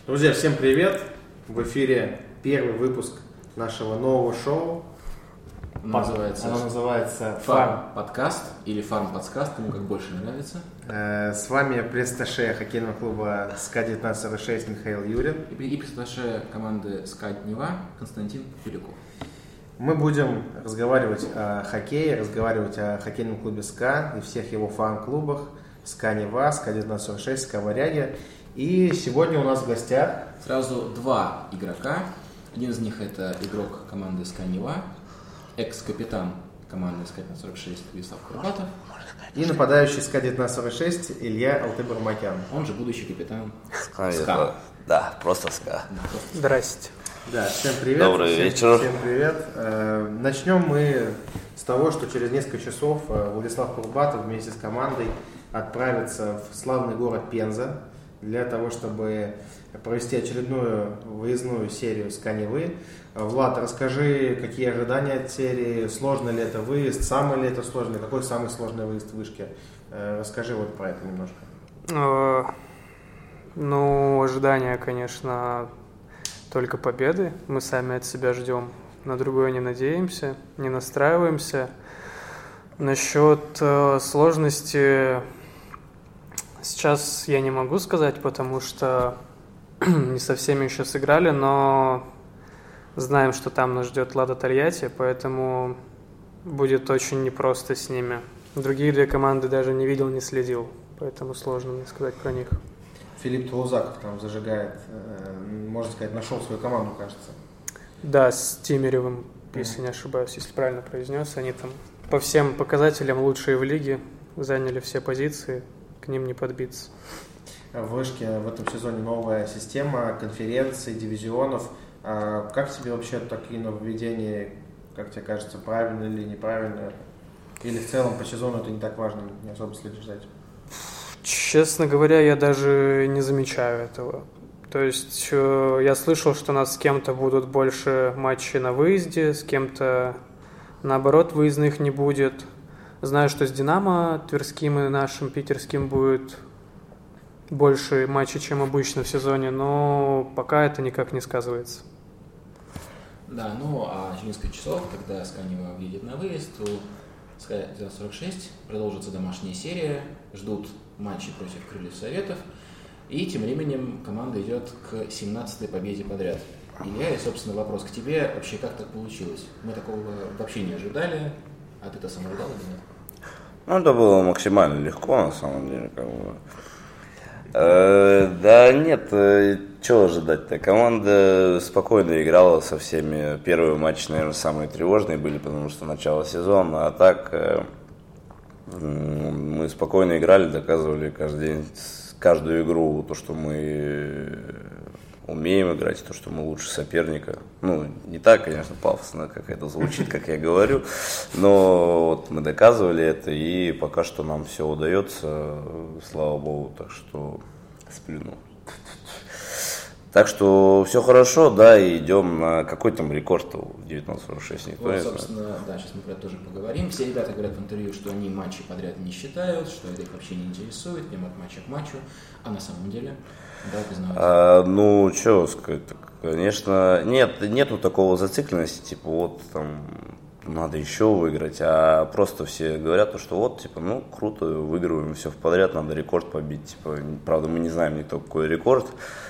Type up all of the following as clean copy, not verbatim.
Друзья, всем привет! В эфире первый выпуск нашего нового шоу. Оно называется Фарм подкаст или Фарм подкаст, кому как больше нравится. С вами пресс-атташе хоккейного клуба СКА-1946 Михаил Юрин И пресс-атташе команды СКА-Днева Константин Пилюков. Мы будем разговаривать о хоккее, разговаривать о хоккейном клубе СКА и всех его фан-клубах СКА-Нева, СКА-1946, СКА-Варяги. И сегодня у нас в гостях сразу два игрока. Один из них это игрок команды СКА-Нева, экс-капитан команды СКА-1946 Вячеслав Курбатов. И нападающий СКА-1946 Илья Алтыбармакян. Он же будущий капитан СКА. Да, просто СКА. Здрасте. Да, всем привет. Добрый вечер. Всем привет. Начнем мы с того, что через несколько часов Владислав Курбатов вместе с командой отправится в славный город Пенза для того, чтобы провести очередную выездную серию СКА-Невы. Влад, расскажи, какие ожидания от серии, сложно ли это выезд, самый ли это сложный, какой самый сложный выезд в Вышке? Расскажи вот про это немножко. Ожидания, конечно, только победы. Мы сами от себя ждем, на другое не надеемся, не настраиваемся. Насчет сложности сейчас я не могу сказать, потому что не со всеми еще сыграли, но знаем, что там нас ждет Лада Тольятти, поэтому будет очень непросто с ними. Другие две команды даже не видел, не следил, поэтому сложно мне сказать про них. Филипп Тулузаков там зажигает, можно сказать, нашел свою команду, кажется. Да, с Тимиревым, если не ошибаюсь, если правильно произнес. Они там по всем показателям лучшие в лиге, заняли все позиции, к ним не подбиться. В Вышке в этом сезоне новая система конференций, дивизионов. Как тебе вообще такие нововведения, как тебе кажется, правильно или неправильно? Или в целом по сезону это не так важно, не особо следишь за этим? Честно говоря, я даже не замечаю этого. То есть я слышал, что у нас с кем-то будут больше матчей на выезде, с кем-то, наоборот, выездных не будет. Знаю, что с «Динамо» Тверским и нашим питерским будет больше матчей, чем обычно в сезоне, но пока это никак не сказывается. Да, а через несколько часов, когда СКА-Нева въедет на выезд, у СКА-1946 продолжится домашняя серия, ждут матчи против Крыльев Советов, и тем временем команда идет к 17-й победе подряд. Илья, и, собственно, вопрос к тебе, вообще как так получилось? Мы такого вообще не ожидали, а ты-то сам ожидал или нет? Это было максимально легко, на самом деле, Да нет, чего ожидать-то? Команда спокойно играла со всеми. Первые матчи, наверное, самые тревожные были, потому что начало сезона. А так мы спокойно играли, доказывали каждый день, каждую игру то, что мы умеем играть, то, что мы лучше соперника. Не так, конечно, пафосно, как это звучит, как я говорю, но вот мы доказывали это, и пока что нам все удается, слава богу, так что сплюнул. Так что все хорошо, да, и идем на какой там рекорд в 1946, никто не знает. Собственно, да, сейчас мы про это тоже поговорим. Все ребята говорят в интервью, что они матчи подряд не считают, что это их вообще не интересует, им от матча к матчу, а на самом деле, да, признавайте. Что сказать, конечно, нету такого зацикленности, типа вот там надо еще выиграть, а просто все говорят, что вот, типа, круто, выигрываем все в подряд, надо рекорд побить, типа, правда, мы не знаем никто какой рекорд,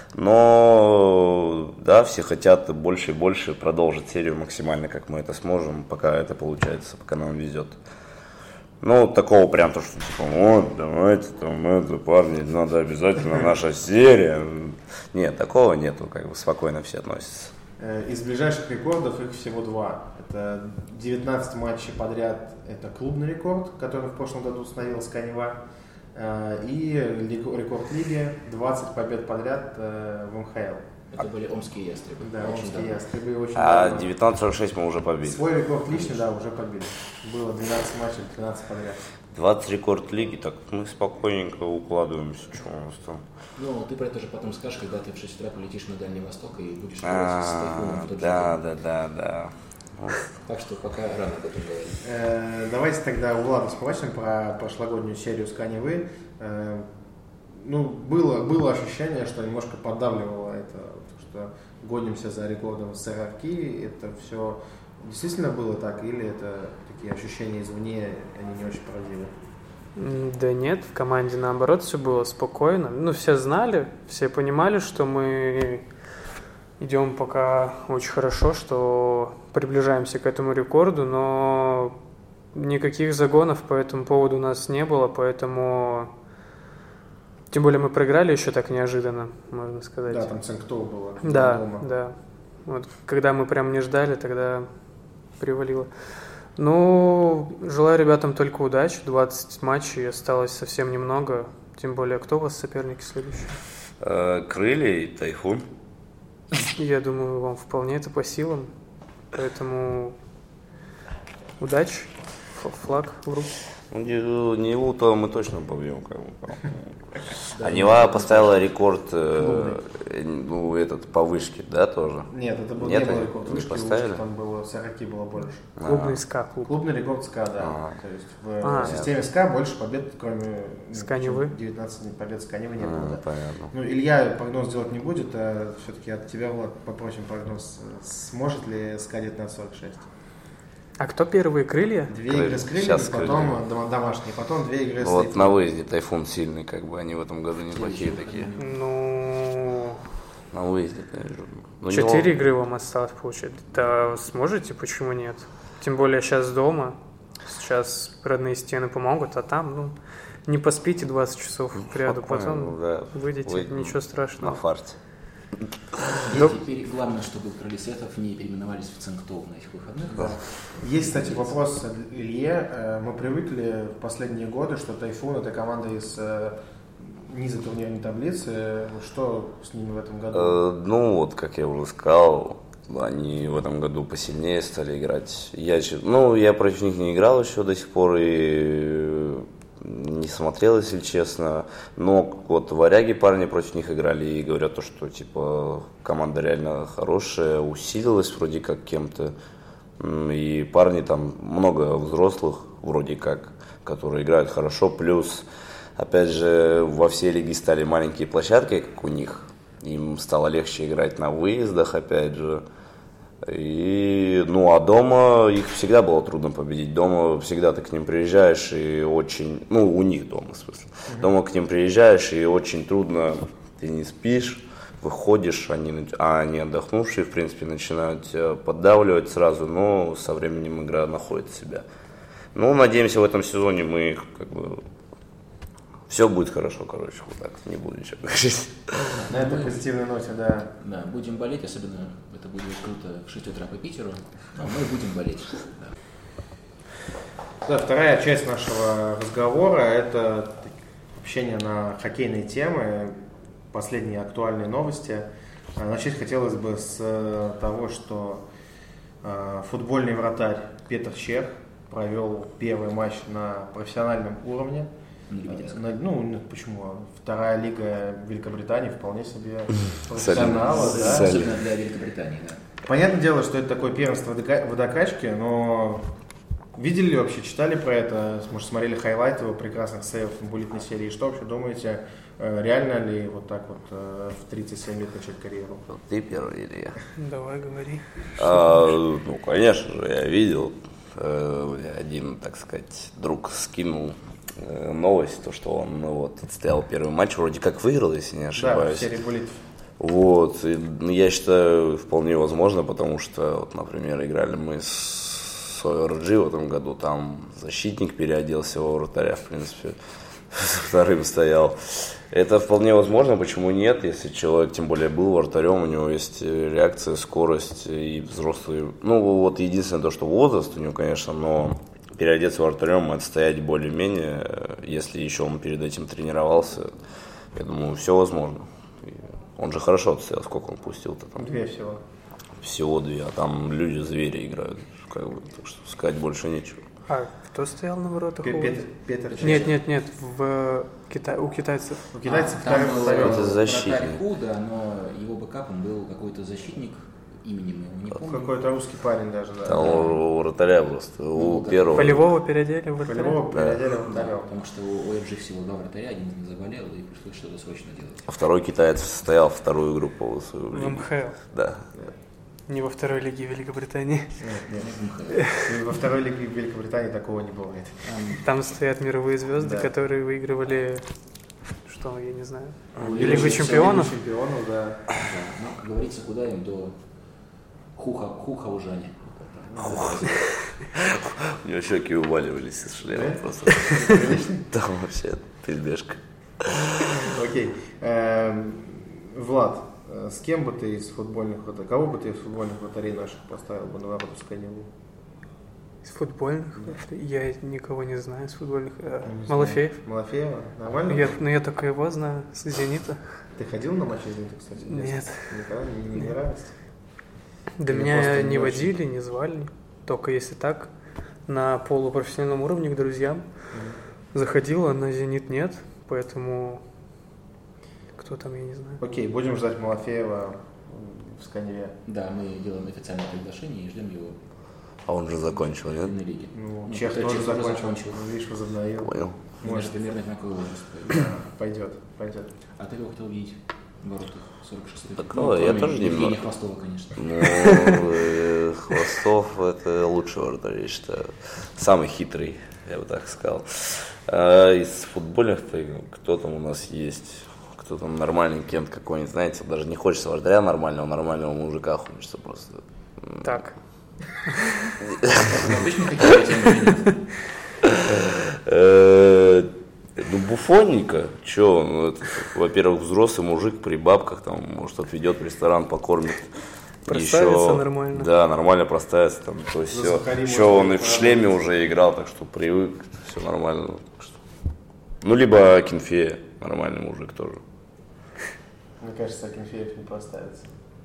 но, да, все хотят больше и больше продолжить серию максимально, как мы это сможем, пока это получается, пока нам везет. Такого прям то, что, типа, вот, давайте, там, парни, надо обязательно наша серия. Нет, такого нету, спокойно все относятся. Из ближайших рекордов их всего два. Это 19 матчей подряд, это клубный рекорд, который в прошлом году установил СКА-Нева, и рекорд лиги 20 побед подряд в МХЛ. Это были омские ястребы. Да, омские ястребы очень А давно. 1946 мы уже побили. Свой рекорд личный, да, уже побили. Было 12 матчей, 13 подряд. 20 рекорд лиги, так мы спокойненько укладываемся, что у нас там. Ты про это же потом скажешь, когда ты в 6 утра полетишь на Дальний Восток и будешь играть с Тайфуном в тот же день. Да. Так что пока рано об этом говорить. Давайте тогда у Влада спросим про прошлогоднюю серию СКА-Невы. было ощущение, что немножко поддавливало это, что гонимся за рекордом СРФки. Это все действительно было так, или это такие ощущения извне, они не очень поразили? Да нет, в команде наоборот все было спокойно. Все знали, все понимали, что мы идем пока очень хорошо, что приближаемся к этому рекорду, но никаких загонов по этому поводу у нас не было, поэтому... Тем более мы проиграли еще так неожиданно, можно сказать. Да, там Цинктоу было. Да, да. Вот, когда мы прям не ждали, тогда привалило. Желаю ребятам только удачи. 20 матчей, осталось совсем немного. Тем более, кто у вас соперники следующие? Крылья и Тайфун. Я думаю, вам вполне это по силам. Поэтому удачи, флаг в руки. Неву-то мы точно побьем. А Нева поставила рекорд по вышке, да, тоже? Нет, это был не был рекорд вышки, поставили? там было 40 было больше. Клубный СКА. Клубный рекорд СКА, да. То есть в системе СКА больше побед, кроме СКА Невы. 19 побед СКА Невы не было. Да. Понятно. Илья прогноз делать не будет, а все-таки от тебя, Влад, попросим прогноз. Сможет ли СКА 1946? А кто первые, крылья? 2 игры с крыльями, потом домашние, потом 2 игры с Вот на выезде Тайфун сильный, они в этом году неплохие такие. На выезде, конечно. 4 игры вам осталось получить. Да сможете, почему нет? Тем более сейчас дома, сейчас родные стены помогут, а там, не поспите 20 часов к ряду, потом выйдете, ничего страшного. На фарте. Теперь главное, чтобы Крылья не переименовались в Цинктоу на этих выходных. Да. Есть, кстати, вопрос Илье. Мы привыкли в последние годы, что Тайфун — это команда из низа турнирной таблицы. Что с ними в этом году? Как я уже сказал, они в этом году посильнее стали играть. Я против них не играл еще до сих пор и не смотрел, если честно. Но варяги парни против них играли и говорят то, что команда реально хорошая, усилилась вроде как кем-то. И парни там много взрослых вроде как, которые играют хорошо. Плюс, опять же, во все лиги стали маленькие площадки, как у них. Им стало легче играть на выездах, опять же. И, а дома их всегда было трудно победить. Дома всегда ты к ним приезжаешь и очень... у них дома, в смысле. Дома к ним приезжаешь и очень трудно, ты не спишь, выходишь, они отдохнувшие, в принципе, начинают поддавливать сразу, но со временем игра находит себя. Надеемся, в этом сезоне мы их все будет хорошо, не буду ничего говорить. На этой позитивной ноте, да. Да, будем болеть, особенно это будет круто в 6 утра по Питеру, но мы будем болеть. Да, вторая часть нашего разговора – это общение на хоккейные темы, последние актуальные новости. Начать хотелось бы с того, что футбольный вратарь Петр Чех провел первый матч на профессиональном уровне. Почему? Вторая лига Великобритании вполне себе профессионала, да? Особенно для Великобритании, да. Понятное дело, что это такое первенство водокачки, но видели ли вообще, читали про это, может, смотрели хайлайты его прекрасных сейвов в буллетной серии, что вообще думаете, реально ли в 37 лет начать карьеру? Ты первый или я? Давай, говори. Конечно же, я видел, один, так сказать, друг скинул новость, то, что он отстоял первый матч, вроде как выиграл, если не ошибаюсь. Да, в серии буллитов. И я считаю, вполне возможно, потому что, например, играли мы с ORG в этом году, там защитник переоделся во вратаря, в принципе, вторым стоял. Это вполне возможно, почему нет, если человек, тем более, был вратарем, у него есть реакция, скорость и взрослый. Единственное то, что возраст у него, конечно, но переодеться вратарем и отстоять более-менее, если еще он перед этим тренировался, я думаю, все возможно. Он же хорошо отстоял, сколько он пустил-то там? 2 всего. Всего 2, а там люди-звери играют, так что сказать больше нечего. А кто стоял на воротах? Петр Чех. Нет, у китайцев. У китайцев там был это защитник. вратарь Худа, но его бэкапом был какой-то защитник имени мы его не помним. Какой-то русский парень даже, да. Там у вратаря просто, у первого. Полевого переодели в вратаря. Полевого переодели в Да, вратаря. потому что у ОРЖ всего 2 вратаря, один из них заболел, и пришлось что-то срочно делать. А второй китаец состоял вторую групповую свою В лигу. МХЛ. Да. Не во второй лиге Великобритании. Нет. Во второй лиге Великобритании такого не бывает. Там стоят мировые звезды, Да. которые выигрывали, что, я не знаю, Лигу Лигу чемпионов. Лигу чемпионов, да. Да, ну, как говорится, куда им до Хуха-Ужани. У него щеки уваливались из шлема Да? просто. Там вообще перебежка. Окей. Влад, с кем бы ты из футбольных вратарей, кого бы ты из футбольных вратарей наших поставил бы на ворота Сканеву? Из футбольных? Я никого не знаю из футбольных. Не знаю. Малафеев. Малафеева? Нормально? Я только его знаю, с «Зенита». Ты ходил на матчи «Зенита», кстати? Нет. Никогда не нравится? Да Или меня просто не не водили, не звали. Только если так, на полупрофессиональном уровне к друзьям. Заходила, на «Зенит» нет, поэтому кто там, я не знаю. Окей, будем ждать Малафеева в Сканеве. Да, мы делаем официальное приглашение и ждем его А он же закончил, в нет? на лиге. Ну, Ну, Чех хотя тоже Чех тоже закончил. Ну, видишь, возобновил. Понял. Может, примерно одинаковый возраст. пойдет. А ты его хотел видеть в воротах 46-й? Такого я тоже Евгения немного. Хвостова, конечно. Ну, Хвостов это лучший вратарь, я считаю. Самый хитрый, я бы так сказал. А из футбольных, кто там у нас есть? Кто там нормальный Кент какой-нибудь, знаете, даже не хочется вратаря нормального мужика, хочется просто. Так. Обычно какие темы Ну, Буфонника, что, ну, это, во-первых, взрослый мужик при бабках, там, может, отведет в ресторан, покормит. Проставится нормально. Да, нормально проставится, там, то есть За все. Сахари Еще можно он и в шлеме уже играл, так что привык, все нормально. Так что. Ну, либо Акинфея, нормальный мужик тоже. Мне кажется, Акинфеев не проставится.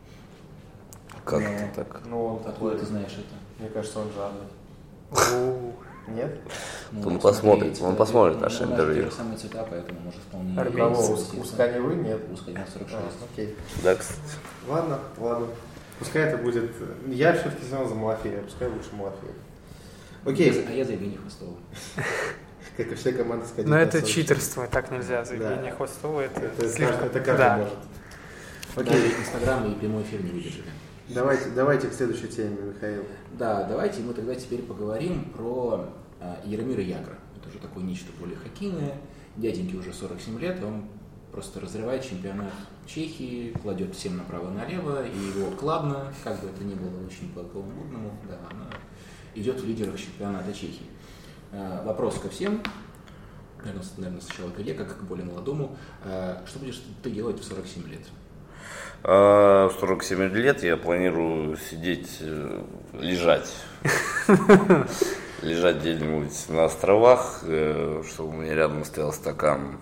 Как Ну, это так? Ну, он Откуда такой, ты знаешь это? мне кажется, он жадный. У, Нет? Он посмотрит, он посмотрит наше интервью. Самые цвета, поэтому может вполне... Армейцы. Кого? У Сканевы нет. У Сканевы 46. Окей. Да, кстати. Ладно. Пускай это будет... Я все-таки сделал за Малафеева, пускай лучше Малафеев. Окей. А я за Евгения Хвостова. Как и все команды сходить. Но на это 46. читерство, так нельзя. Заявление Да. Хвостова, Это слишком. каждый Да. может. Окей. Окей. Инстаграм и прямой эфир не выдержали. Давайте к следующей теме, Михаил. Да, давайте мы тогда теперь поговорим про Яромира Ягра. Это уже такое нечто более хоккейное. Дяденьке уже 47 лет, он просто разрывает чемпионат Чехии, кладет всем направо-налево, и его Кладно, как бы это ни было очень по-каламбурному, да, она идет в лидерах чемпионата Чехии. Вопрос ко всем, наверное, сначала к Илье, как к более молодому. Что будешь ты делать в 47 лет? В 47 лет я планирую сидеть, лежать. Лежать где-нибудь на островах, чтобы у меня рядом стоял стакан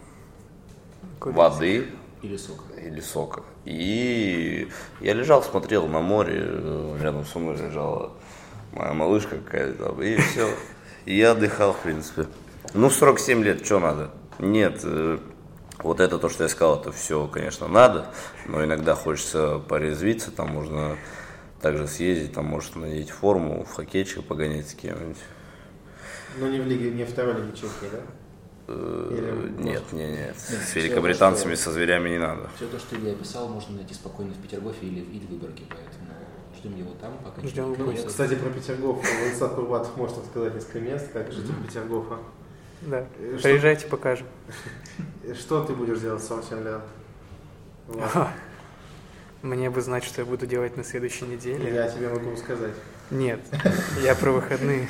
воды Или сока? или сока. И я лежал, смотрел на море, рядом со мной лежала моя малышка какая-то там, и все. И я отдыхал, в принципе. Ну, в 47 лет, что надо? Нет, вот это то, что я сказал, это все, конечно, надо, но иногда хочется порезвиться, там можно также съездить, там может надеть форму, в хоккейчик погонять с кем-нибудь. Ну, не в лиге, не в второй лиге Чехии, да? Нет. С великобританцами, со зверями не надо. Все то, что Илья описал, можно найти спокойно в Петергофе или в Выборге, поэтому ждем его там, пока Ждем не приедет. Кстати, про Петергоф. Владислав Курбатов может рассказать несколько мест, как житель Петергофа. Да. Что- Приезжайте, покажем. Что ты будешь делать в 47 лет? Вот. Мне бы знать, что я буду делать на следующей неделе. Я тебе могу сказать. Нет, я про выходные.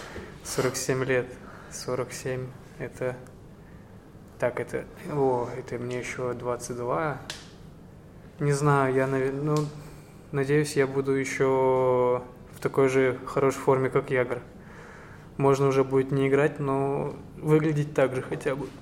47 лет. 47 это... Так, это... это мне еще 22. Не знаю, я, надеюсь, я буду еще в такой же хорошей форме, как Ягр. Можно уже будет не играть, но выглядеть так же хотя бы.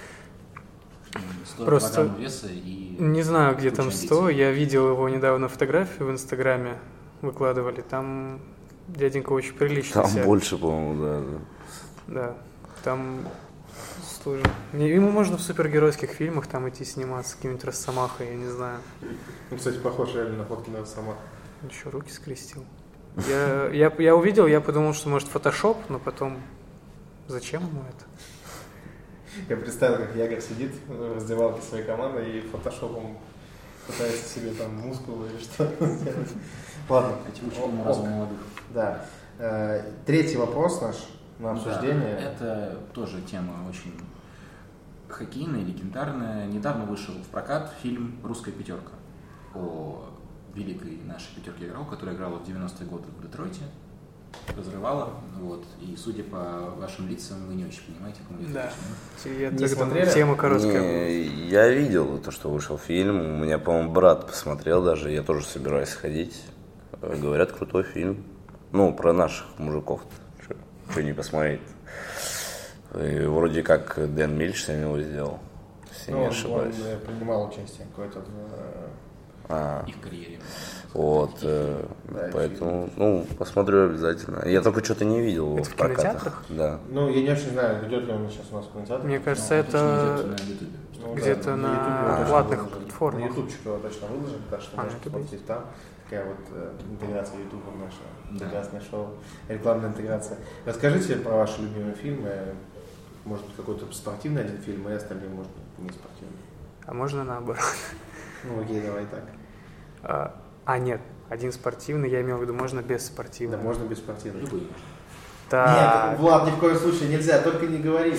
100 Просто- килограмм веса и... Не знаю, где там куча 100. амбиций. Я видел его недавно фотографию в Инстаграме. Выкладывали. Там дяденька очень прилично Там себя. больше, по-моему, да. Да. Там... Слушай, ему можно в супергеройских фильмах там идти сниматься, с каким-нибудь Росомахой, я не знаю. Ну, кстати, похож реально на фотки на сама. Еще руки скрестил. Я увидел, я подумал, что может фотошоп, но потом зачем ему это? Я представил, как Ягор сидит в раздевалке своей команды и фотошопом пытается себе там мускулы или что-то сделать. Ладно. Этим разум молодых. Да. Третий вопрос наш на обсуждение. Да, это тоже тема очень хоккейная, легендарная. Недавно вышел в прокат фильм «Русская пятерка» о великой нашей пятерке игроков, которая играла в 90-е годы в Детройте, разрывала, вот, и судя по вашим лицам, вы не очень понимаете, кому это. Да, я Не тогда смотрели? тема короткая. Не, я видел то, что вышел фильм. У меня, по-моему, брат посмотрел даже. Я тоже собираюсь сходить. Говорят, крутой фильм. Ну, про наших мужиков. Что не посмотреть. И вроде как Дэн Мильш сам его сделал. Если не ошибаюсь. Он принимал участие какое-то Их карьере. Вот, поэтому, ну, посмотрю обязательно. Я только что-то не видел его Это в в прокатах. кинотеатрах? Да. Ну, я не очень знаю, идет ли он сейчас у нас в кинотеатре. Мне кажется, Точно это идет на Ютубе. Ну, где-то да, на YouTube его точно платных выложили. платформах. На ютубчик его точно выложили, так что А, можете на YouTube посмотреть там. Такая вот интеграция ютуба в наше Да. прекрасное шоу, рекламная интеграция. Расскажите про ваши любимые фильмы. Может быть, какой-то спортивный один фильм, и остальные, может быть, не спортивные. А можно наоборот? Ну, окей, давай так. Нет, один спортивный, я имел в виду, можно без Да, спортивного. можно без спортивных. Любые. Так. Нет, Влад, ни в коем случае нельзя, только не говори.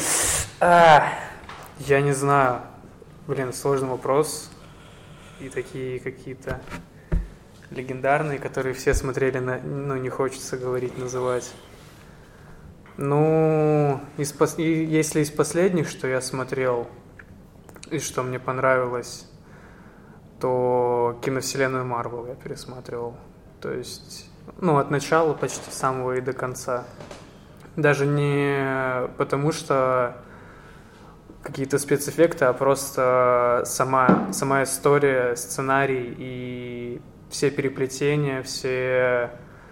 Я не знаю. Блин, сложный вопрос. И такие какие-то легендарные, которые все смотрели, ну, не хочется говорить, называть. Ну, если из последних, что я смотрел, и что мне понравилось, то киновселенную Марвел я пересматривал. То есть, ну, от начала почти самого и до конца. Даже не потому, что какие-то спецэффекты, а просто сама история, сценарий и все переплетения, все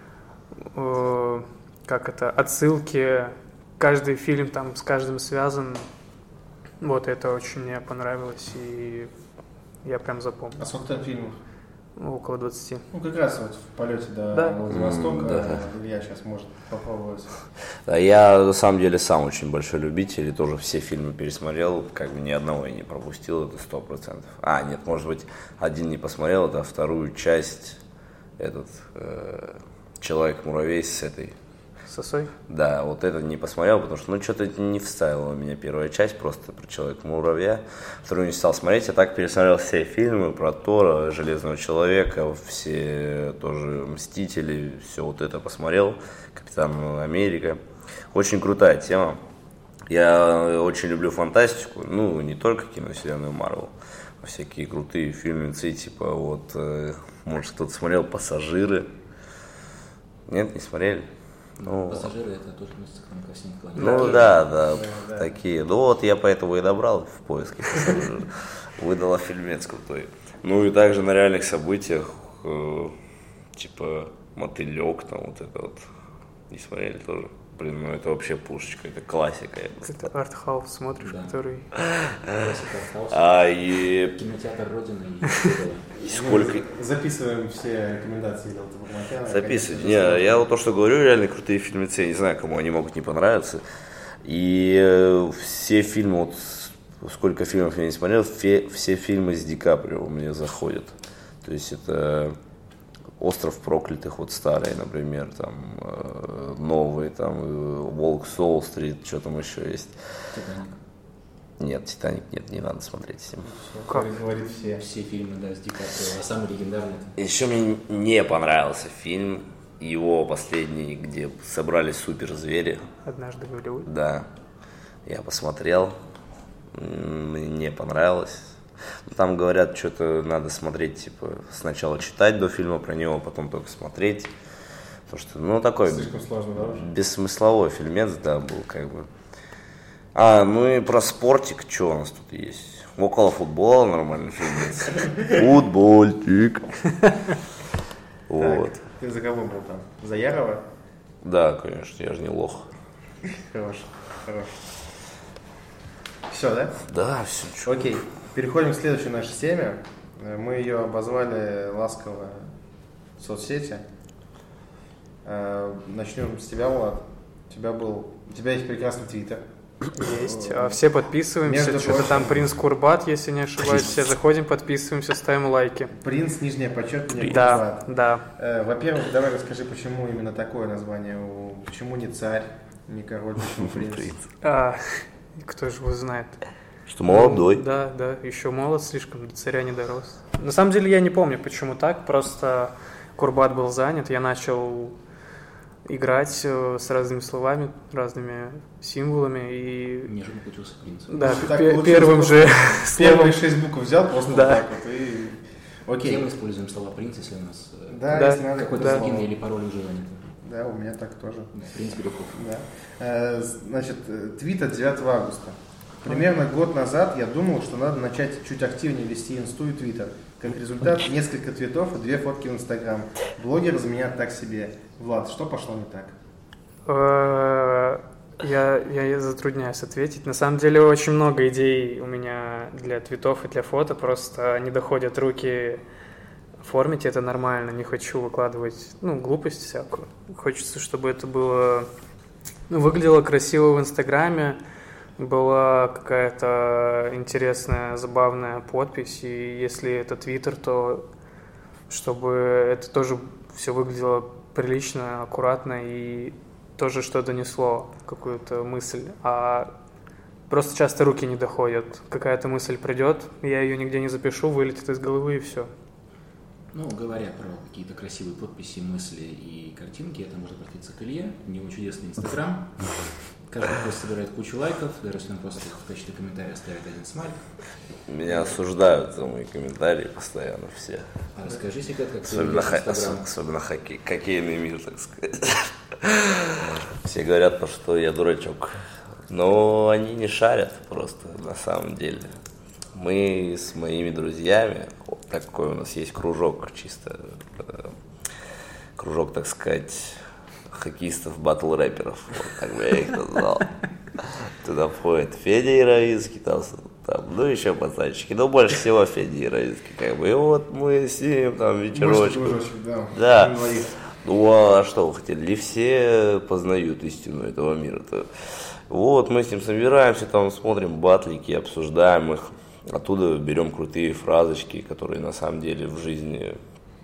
отсылки, каждый фильм там с каждым связан. Вот это очень мне понравилось, и я прям запомнил. А сколько там фильмов? Около 20. Ну, как раз вот в полете до Да. Владивостока Да. Илья сейчас может попробовать. Да, я на самом деле сам очень большой любитель и тоже все фильмы пересмотрел, как бы ни одного я не пропустил, это 100%. Нет, может быть, один не посмотрел, это вторую часть, Человек-муравей с этой. Сосой? Да, вот это не посмотрел, потому что, что-то не вставила у меня первая часть, просто про Человека-муравья. Вторую не стал смотреть, я так пересмотрел все фильмы про Тора, Железного Человека, все тоже Мстители, все вот это посмотрел, Капитан Америка. Очень крутая тема. Я очень люблю фантастику, не только киновселенную Марвел, а всякие крутые фильмецы, типа может, кто-то смотрел «Пассажиры». Нет, не смотрели? Пассажиры — это тоже относится к красивым планетам. Да, такие. Я поэтому и добрал в поиске «Пассажиров». Выдала фильмец крутой. И также на реальных событиях, типа «Мотылек», там вот это вот. Не смотрели тоже? Блин, это вообще пушечка, это классика. Это артхаус смотришь, Да. который... Кинотеатр Родина и Сколько... Записываем все рекомендации Илта Бурматяна. Записывать. Я вот то, что говорю, реально крутые фильмецы. Я не знаю, кому они могут не понравиться. И все фильмы, сколько фильмов я не смотрел, все фильмы с Ди Каприо мне заходят. То есть это «Остров проклятых», старый, например, там новый, там «Волк с Уолл-стрит», что там еще есть. «Титаник». Нет, «Титаник» нет, не надо смотреть всем. Говорит все. Все фильмы, да, с Ди Каприо, а самый легендарный. Еще мне не понравился фильм, его последний, где собрались суперзвери. «Однажды в Голливуде». Да, я посмотрел, мне не понравилось. Там говорят, что-то надо смотреть, типа, сначала читать до фильма про него, потом только смотреть. Потому что, такой Слишком сложно, да, уже? бессмысловой фильмец, да, был, как бы. И про спортик, что у нас тут есть? Около футбола нормальный фильмец. Футбольчик. Вот. Так, ты за кого был там? За Ярова? Да, конечно, я же не лох. Хорош. Все, да? Да, все. Окей. Переходим к следующей нашей теме. Мы ее обозвали ласково соцсети. Начнем с тебя, Влад. У тебя есть прекрасный твиттер. Есть. Все подписываемся. Что-то там Принц Курбат, если не ошибаюсь. Все заходим, подписываемся, ставим лайки. Принц, нижнее подчеркивание, Курбат. Да. Во-первых, давай расскажи, почему именно такое название. Почему не царь, не король, почему принц? Кто же его знает? Что молодой. Да, еще молод слишком, до царя не дорос. На самом деле я не помню, почему так. Просто Курбат был занят, я начал играть с разными словами, разными символами и... Неожиданно получился принц. Да, первым же словом... Первые 6 букв взял просто да. Вот так вот и... Окей. Где мы используем слова принц, если у нас если надо, какой-то логин или пароль уже занят? Да, у меня так тоже. Да, принц Бирюков. Да. Значит, твит от 9 августа. Примерно год назад я думал, что надо начать чуть активнее вести инсту и твиттер. Как результат, несколько твитов и 2 фотки в Инстаграм. Блогер из меня так себе. Влад, что пошло не так? Я затрудняюсь ответить. На самом деле очень много идей у меня для твитов и для фото. Просто не доходят руки оформить это нормально. Не хочу выкладывать глупость всякую. Хочется, чтобы это было выглядело красиво в Инстаграме. Была какая-то интересная, забавная подпись, и если это Твиттер, то чтобы это тоже все выглядело прилично, аккуратно и тоже что-то несло, какую-то мысль. А просто часто руки не доходят. Какая-то мысль придет, я ее нигде не запишу, вылетит из головы и все. Говоря про какие-то красивые подписи, мысли и картинки, это можно обратиться к Илье. У него чудесный Инстаграм. Каждый пост собирает кучу лайков, даже если он просто в качестве комментария ставит один смайлик. Меня осуждают за мои комментарии постоянно все. А расскажи секрет, как ты особенно хоккейный мир, так сказать. Все говорят, что я дурачок. Но они не шарят просто, на самом деле. Мы с моими друзьями, такой у нас есть кружок, чисто кружок, так сказать, хоккеистов, батл-рэперов, вот так бы я их назвал. Туда входит Федя Яровицкий, там, еще пацанчики, но больше всего Федя Яровицкий, и вот мы с ним там вечерочек. Да. А что вы хотели? Не все познают истину этого мира-то. Вот, мы с ним собираемся, там смотрим батлики, обсуждаем их, оттуда берем крутые фразочки, которые на самом деле в жизни...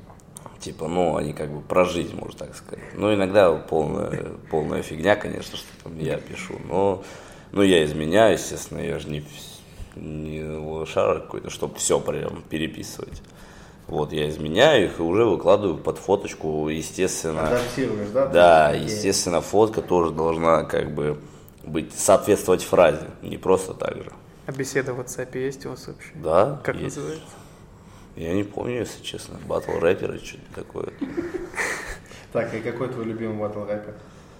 они про жизнь, можно так сказать. Иногда полная фигня, конечно, что там я пишу. Но я изменяю, естественно, я же не лошара какой-то, чтобы все прям переписывать. Вот, я изменяю их и уже выкладываю под фоточку, естественно. Адаптируешь, да? Да, естественно, фотка тоже должна соответствовать фразе, не просто так же. А беседа в WhatsApp есть у вас вообще? Да, как есть. Называется? Я не помню, если честно. Батл-рэперы, что-то такое. Так, и какой твой любимый батл-рэпер?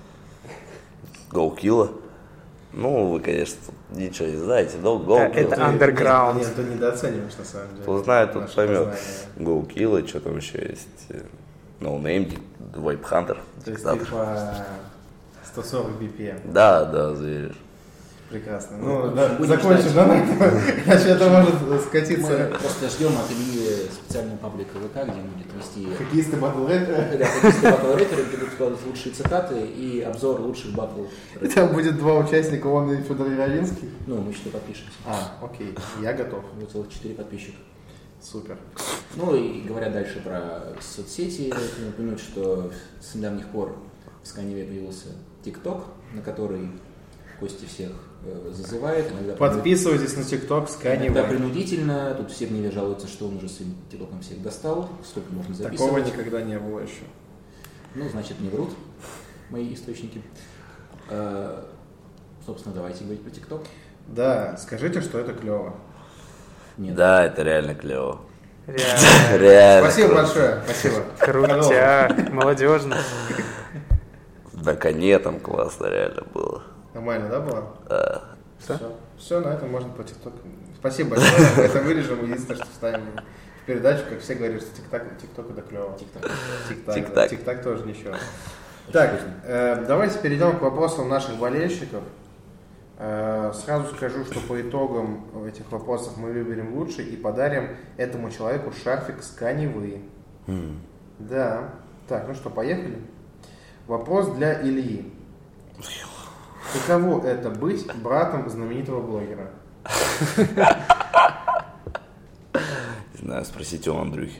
Гоукилла. Вы, конечно, ничего не знаете, но Гоукилла. Это андерграунд. Нет, ты недооцениваешь, на самом деле. Кто знает, тот поймет. Гоукилла, что там еще есть. No Name, Vibe Hunter. То есть ты по 140 BPM. Да, заверишь. Прекрасно. Закончим, да, на этом. Иначе это может скатиться. Мы просто ждем от Ильи специального паблика ВК, где он будет вести... Хоккеисты батл-рэперы. Да, хоккеисты батл-рэперы, где будут складывать лучшие цитаты и обзор лучших батл-рэперов. Там будет 2 участника, он и Федор Яровинский. Мы еще подпишемся. Окей, я готов. Вот целых 4 подписчика. Супер. И говоря дальше про соцсети, нужно упомянуть, что с недавних пор в Сканеве появился ТикТок, на который Костя всех зазывает. Подписывайтесь на ТикТок Сканеве. Иногда принудительно. Тут все в Неве жалуются, что он уже своим ТикТоком всех достал. Сколько можно записывать. Такого никогда не было еще. Значит, не врут мои источники. Собственно, давайте говорить про ТикТок. Да, скажите, что это клево. Нет. Да, это реально клево. Реально. Спасибо большое. Спасибо. Крутяк, молодежно. На коне там классно реально было. Нормально, да, было? Да. Все, на этом можно по ТикТоку. Спасибо большое. Это вырежем, единственное, что вставим в передачу, как все говорят, что ТикТок это клево. ТикТок тоже ничего. Так, давайте перейдем к вопросам наших болельщиков. Сразу скажу, что по итогам этих вопросов мы выберем лучший и подарим этому человеку шарфик с Каневы. Да. Так, ну что, поехали? Вопрос для Ильи. Каково это быть братом знаменитого блогера? Не знаю, спросите у Андрюхи.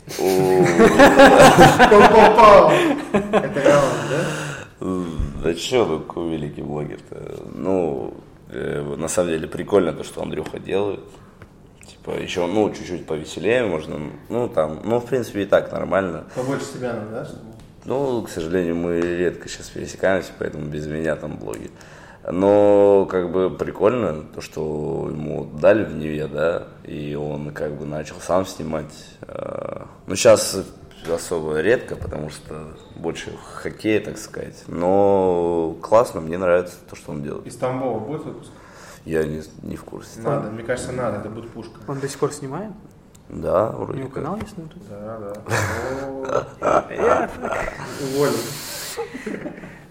Это Галан, да? Да что такой великий блогер-то? Ну, на самом деле прикольно то, что Андрюха делает. Типа еще, ну, чуть-чуть повеселее можно. Ну, там, ну, в принципе, и так нормально. Побольше себя надо, да? Ну, к сожалению, мы редко сейчас пересекаемся, поэтому без меня там блоги. Но как бы прикольно то, что ему дали в Неве, да, и он как бы начал сам снимать. Ну, сейчас особо редко, потому что больше хоккея, так сказать. Но классно, мне нравится то, что он делает. Из Тамбова будет выпуск? Я не в курсе. Надо, мне кажется, надо, это будет пушка. Он до сих пор снимает? Да, У вроде него как. канал есть на YouTube? Да. Уволен.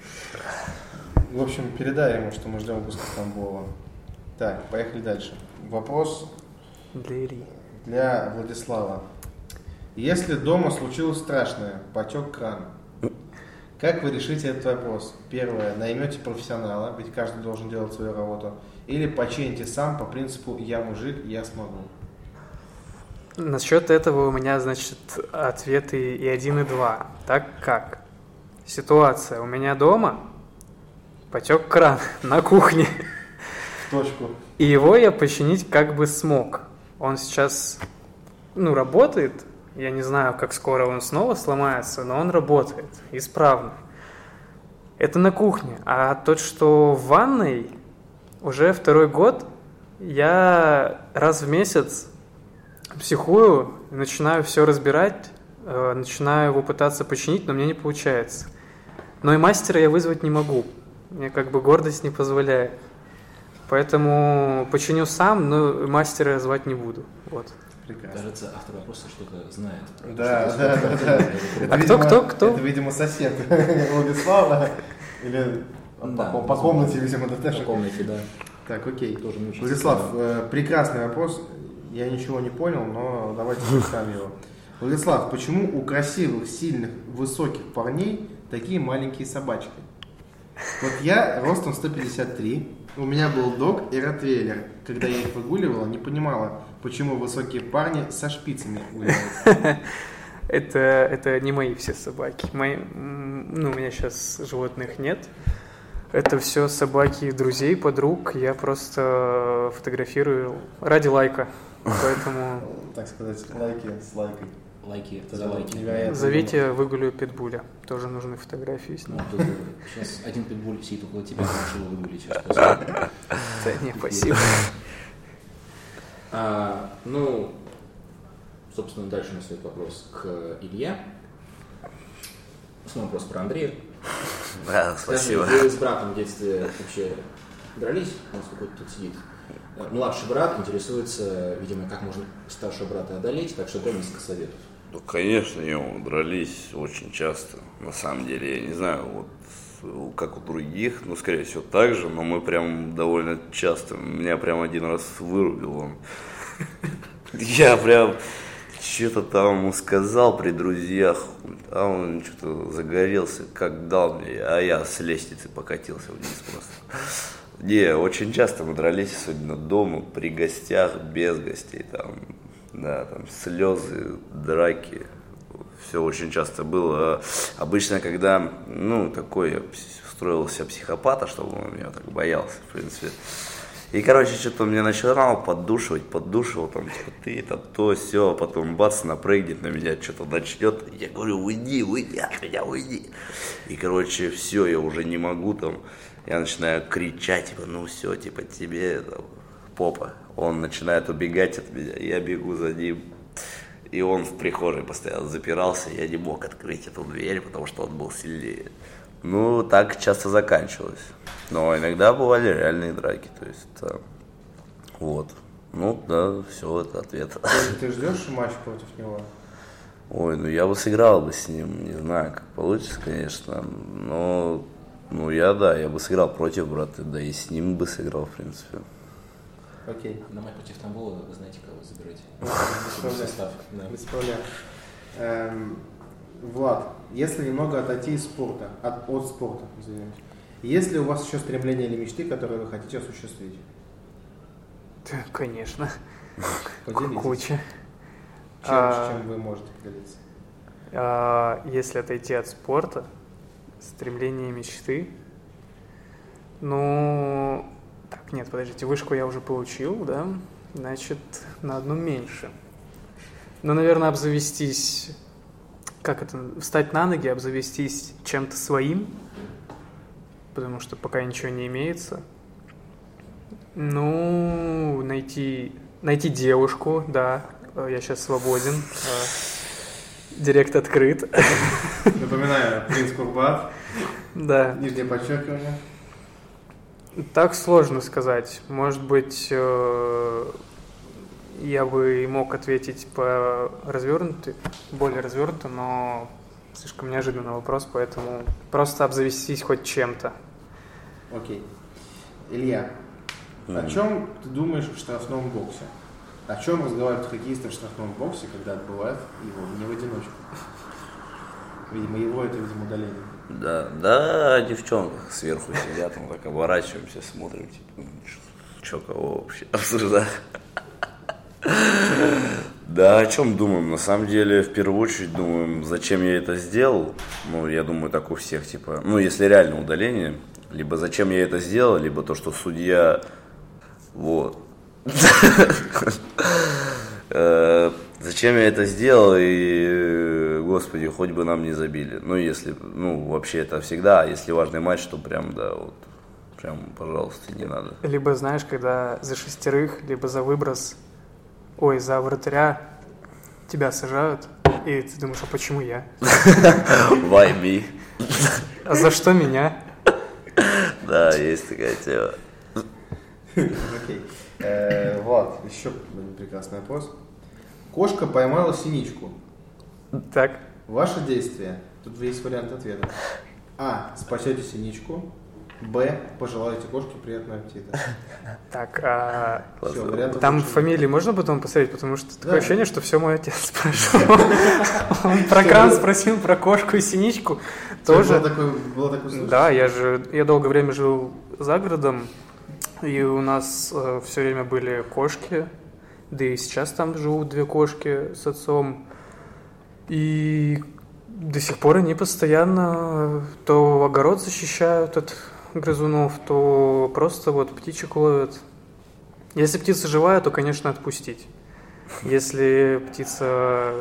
В общем, передай ему, что мы ждем выпуска Тамбова. Так, поехали дальше. Вопрос Для Ильи. для Владислава. Если дома случилось страшное, потек кран, как вы решите этот вопрос? Первое, наймете профессионала, ведь каждый должен делать свою работу, или почините сам по принципу «я мужик, я смогу». Насчет этого у меня, значит, ответы и 1, и 2. Так как? Ситуация. У меня дома потек кран на кухне. В точку. И его я починить как бы смог. Он сейчас, работает. Я не знаю, как скоро он снова сломается, но он работает исправно. Это на кухне. А тот, что в ванной, уже 2-й год я раз в месяц психую, начинаю все разбирать, начинаю его пытаться починить, но мне не получается. Но и мастера я вызвать не могу. Мне как бы гордость не позволяет. Поэтому починю сам, но мастера звать не буду. Вот. Прекрасно. Кажется, автор вопроса что-то знает. Да. Кто? Это, видимо, сосед Владислава. Или по комнате, видимо, да. По комнате, да. Так, окей. Тоже не очень Владислав, прекрасный вопрос. Я ничего не понял, но давайте представим его. Владислав, почему у красивых, сильных, высоких парней такие маленькие собачки? Вот я ростом 153, у меня был дог и ротвейлер. Когда я их выгуливала, не понимала, почему высокие парни со шпицами гуляют. Это не мои все собаки. У меня сейчас животных нет. Это все собаки друзей, подруг. Я просто фотографирую ради лайка. Поэтому... Так сказать, лайки с лайкой. Лайки за лайки. Зовите, выгулю питбуля. Тоже нужны фотографии с ним. Сейчас один питбуль сидит около тебя, решил выгулить. Не, спасибо. Собственно, дальше у нас стоит вопрос к Илье. Снова вопрос про Андрея. Да, спасибо. Вы с братом в детстве вообще дрались? У нас какой-то тут сидит. Младший брат интересуется, видимо, как можно старшего брата одолеть, так что дай несколько советов. Ну, конечно, дрались очень часто. На самом деле, я не знаю, вот как у других, скорее всего, так же, но мы прям довольно часто. Меня прям один раз вырубил он. Я прям что-то там ему сказал при друзьях, а он что-то загорелся, как дал мне, а я с лестницы покатился вниз просто. Не, очень часто мы дрались, особенно дома, при гостях, без гостей, там слезы, драки, все очень часто было. Обычно, когда, такой я строил себя психопата, чтобы он меня так боялся, в принципе. И, что-то он меня начинал поддушивал, там, типа, ты, это, то, все, а потом бац, напрыгнет на меня, что-то начнет. Я говорю, уйди от меня, уйди. И, все, я уже не могу, там, я начинаю кричать, типа, все, типа, тебе, там, попа. Он начинает убегать от меня, я бегу за ним. И он в прихожей постоянно запирался, я не мог открыть эту дверь, потому что он был сильнее. Так часто заканчивалось. Но иногда бывали реальные драки, то есть, вот. Все, это ответ. Ты ждешь матч против него? Ой, я бы сыграл бы с ним, не знаю, как получится, конечно, но, я бы сыграл против брата, да и с ним бы сыграл, в принципе. Окей. На матч против Тамбова вы знаете, кого заберете? Без проблем. Влад, если немного отойти от спорта, извиняюсь, есть ли у вас еще стремления или мечты, которые вы хотите осуществить? Конечно. Поделитесь. Куча. Чем вы можете поделиться? Если отойти от спорта, стремления и мечты, ну, так, нет, подождите, вышку я уже получил, да, значит, на одну меньше. Ну, наверное, обзавестись, встать на ноги, обзавестись чем-то своим, потому что пока ничего не имеется. Ну, найти девушку, да, я сейчас свободен, директ открыт. Напоминаю, принц Курбат, да. Нижнее подчеркивание. Так сложно сказать. Может быть, я бы и мог ответить более развернуто, но слишком неожиданный вопрос, поэтому просто обзавестись хоть чем-то. Окей. Илья, о чем ты думаешь в штрафном боксе? О чем разговаривают хоккеисты в штрафном боксе, когда отбывают его не в одиночку? Видимо, это удаление. Да, о девчонках сверху сидят, мы так оборачиваемся, смотрим, типа, что кого вообще обсуждать. Да, о чем думаем? На самом деле, в первую очередь думаем, зачем я это сделал. Ну, я думаю, так у всех, типа, если реально удаление, либо зачем я это сделал, либо то, что судья, вот. Зачем я это сделал, и, господи, хоть бы нам не забили. Вообще это всегда, если важный матч, то прям, пожалуйста, не надо. Либо, знаешь, когда за шестерых, либо за выброс, за вратаря тебя сажают, и ты думаешь, а почему я? Why me? А за что меня? Да, есть такая тема. Окей. Влад, еще один прекрасный вопрос. Кошка поймала синичку. Так. Ваши действия. Тут есть вариант ответа. А. Спасете синичку. Б. Пожелаете кошке приятного аппетита. Так, все, варианты там лучше. Фамилии можно потом посмотреть, потому что такое ощущение, что все мой отец спрашивал. Он про кран спросил, про кошку и синичку. Тоже. Было такое случай? Да, я долгое время жил за городом, и у нас все время были кошки, да и сейчас там живут 2 кошки с отцом. И до сих пор они постоянно то огород защищают от грызунов, то просто птичек ловят. Если птица живая, то, конечно, отпустить. Если птица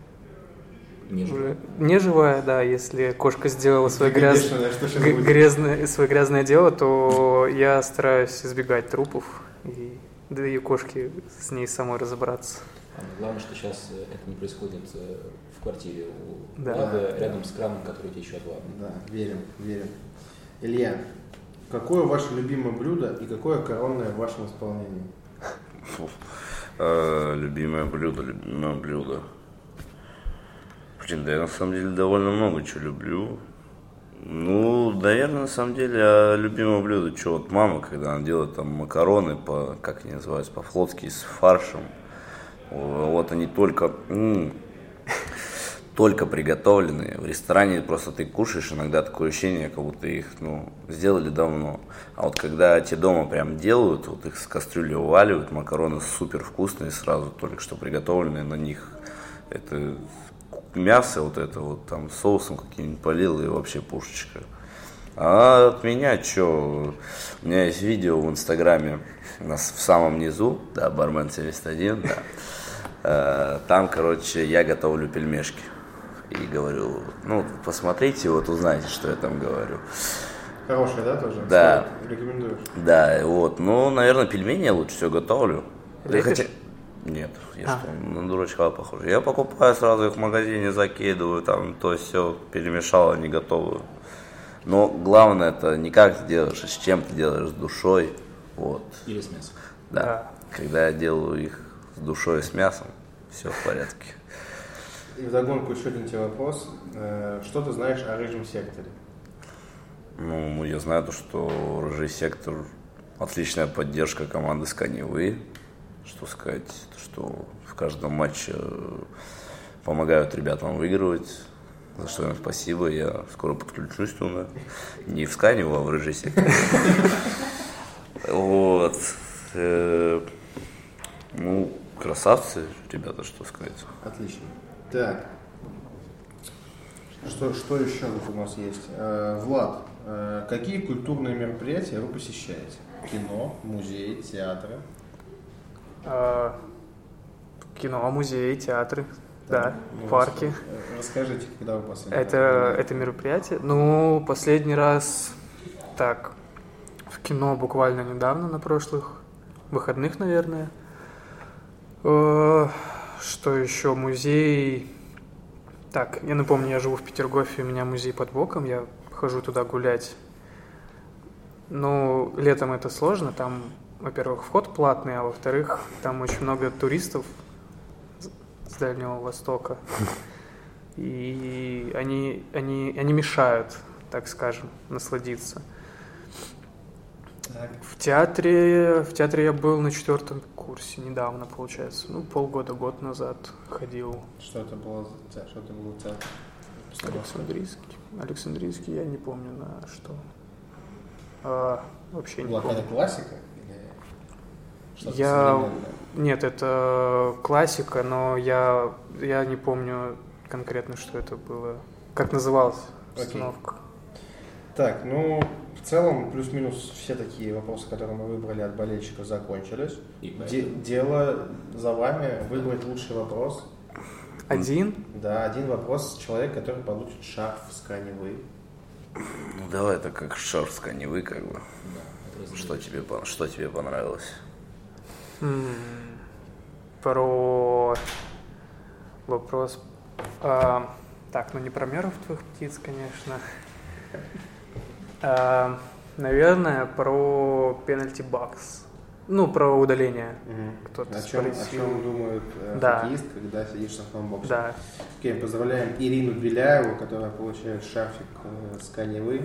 не живая, да, если кошка сделала свое грязное дело, то я стараюсь избегать трупов, да и кошки с ней самой разобраться. Главное, что сейчас это не происходит в квартире у да. Влада, рядом с краном, который течет вода. Да, верим. Илья, какое ваше любимое блюдо и какое коронное в вашем исполнении? Любимое блюдо. Блин, да я на самом деле довольно много чего люблю. Наверное, на самом деле, любимое блюдо, мама, когда она делает там макароны как они называются, по-флотски с фаршем. Вот они только приготовленные. В ресторане просто ты кушаешь, иногда такое ощущение, как будто их, сделали давно. А вот когда те дома прям делают, их с кастрюли уваливают, макароны супер вкусные сразу, только что приготовленные, на них это мясо там соусом каким-нибудь полил и вообще пушечка. А от меня у меня есть видео в Инстаграме, у нас в самом низу, да, бармен 71, да. Там, я готовлю пельмешки. И говорю, посмотрите, узнаете, что я там говорю. Хорошая, да, тоже? Да. Рекомендуешь? Да, наверное, пельмени я лучше всего готовлю. Нет, я на дурачка похож. Я покупаю сразу их в магазине, закидываю, там, то все перемешал, они готовы. Но главное, это не как ты делаешь, а с чем ты делаешь, с душой. Или с мясом. Да. Когда я делаю их с душой и с мясом, все в порядке. И вдогонку еще один тебе вопрос. Что ты знаешь о рыжем секторе? Я знаю что рыжий сектор отличная поддержка команды Сканевы. Что сказать, что в каждом матче помогают ребятам выигрывать. За что им спасибо, я скоро подключусь туда. Не в Сканеву, а в Рыжий сектор. Вот. Ну, красавцы, ребята, что сказать. Отлично. Так. Что еще вот у нас есть? Влад, какие культурные мероприятия вы посещаете? Кино, музеи, театры? Кино, музеи, театры, да, Ну, парки. Расскажите, когда вы последний раз Это мероприятие? Ну, последний раз, так, в кино буквально недавно, на прошлых выходных, наверное. Что еще? Музей. Так, я напомню, я живу в Петергофе, у меня музей под боком, я хожу туда гулять. Ну, летом это сложно, там, во-первых, вход платный, а во-вторых, там очень много туристов с Дальнего Востока. И они мешают, так скажем, насладиться. Так. В театре я был на 4-м курсе недавно, получается. Ну, год назад ходил. Что это было за театр? Александрийский, я не помню на что. Вообще не Была помню. какая-то классика? Или что-то Я... современное? Нет, это классика, но я не помню конкретно, что это было. Как называлась постановка. Так, ну, в целом, плюс-минус все такие вопросы, которые мы выбрали от болельщиков, закончились. Дело за вами выбрать лучший вопрос. Один? Да, один вопрос. Человек, который получит шарф с Каневы. Ну давай это как шарф с Каневы, как бы. Да, Что тебе понравилось? Про вопрос. Так, ну не про мертвых птиц, конечно. Наверное, про penalty box. Ну, про удаление. Кто-то О чем думают хоккеисты, когда сидишь в штрафном боксе? Да. Окей, поздравляем Ирину Беляеву, которая получает шарфик с Каневы.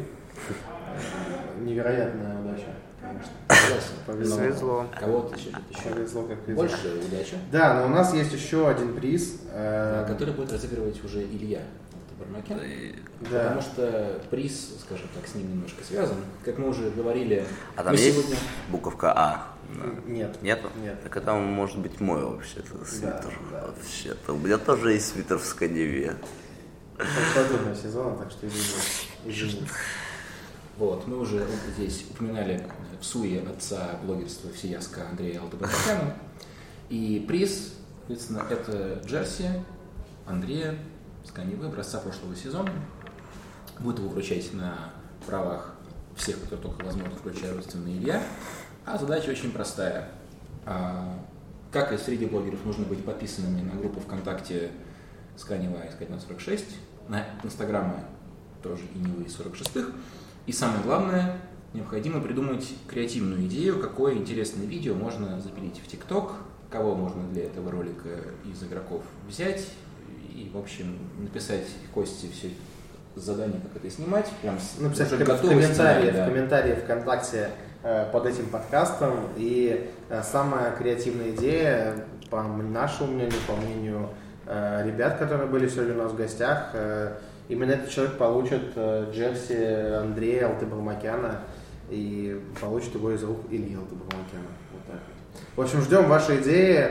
Невероятная удача, конечно. Повезло. Кого-то еще Повезло, как везло. больше удачи, Да, но у нас есть еще один приз. который будет разыгрывать уже Илья Бармакен. Да. Потому что приз, скажем так, с ним немножко связан. Как мы уже говорили, А там мы есть сегодня... буковка А? Нет. Нету? Нет. Так это может быть мой вообще-то свитер. Да. Вообще-то. У меня тоже есть свитер в Каневе. Подобный сезон, так что извините. Вот, мы уже здесь упоминали в суе отца блогерства всеяска Андрея Алтыбармакяна. И приз, соответственно, это джерси Андрея с Каневы, образца прошлого сезона. Будет его вручать на правах всех, кто только возможно, включая родственный Илья. А задача очень простая. Как и среди блогеров, нужно быть подписанными на группу ВКонтакте Сканева искать на 46, на Инстаграме тоже и Нивы 46-х. И самое главное, необходимо придумать креативную идею, какое интересное видео можно запилить в ТикТок, кого можно для этого ролика из игроков взять и, в общем, написать Косте все задание, как это снимать. Прям Написать уже в готовый сценарий, да. комментарии ВКонтакте под этим подкастом. И самая креативная идея, по нашему мнению, по мнению ребят, которые были сегодня у нас в гостях, именно этот человек получит джерси Андрея Алтыбармакяна и получит его из рук Ильи Алтыбармакяна. Вот так. В общем, ждем ваши идеи,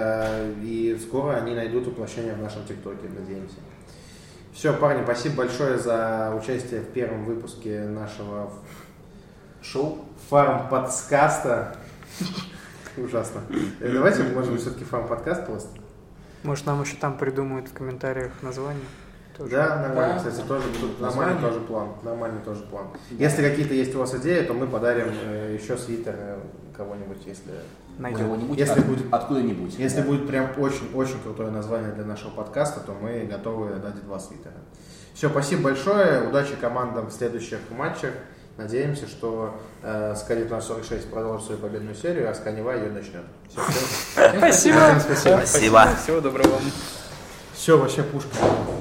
и скоро они найдут воплощение в нашем ТикТоке, надеемся. Все, парни, спасибо большое за участие в первом выпуске нашего Шоу. Фарм-подкаста. Ужасно. Давайте, может быть, все-таки фарм-подкаст просто. Может, нам еще там придумают в комментариях название? Тоже. Да, нормально, Да. кстати, тоже нормальный тоже план. Нормальный тоже план. Если какие-то есть у вас идеи, то мы подарим еще свитер кого-нибудь, если Найдем. Кого-нибудь, Если будет- откуда-нибудь. Если Да. будет прям очень-очень крутое название для нашего подкаста, то мы готовы дать 2 свитера. Все, спасибо большое, удачи командам в следующих матчах. Надеемся, что Сканев 46 продолжит свою победную серию, а Сканева ее начнет. Спасибо. Спасибо. Спасибо. Всего доброго вам. Все, вообще пушка.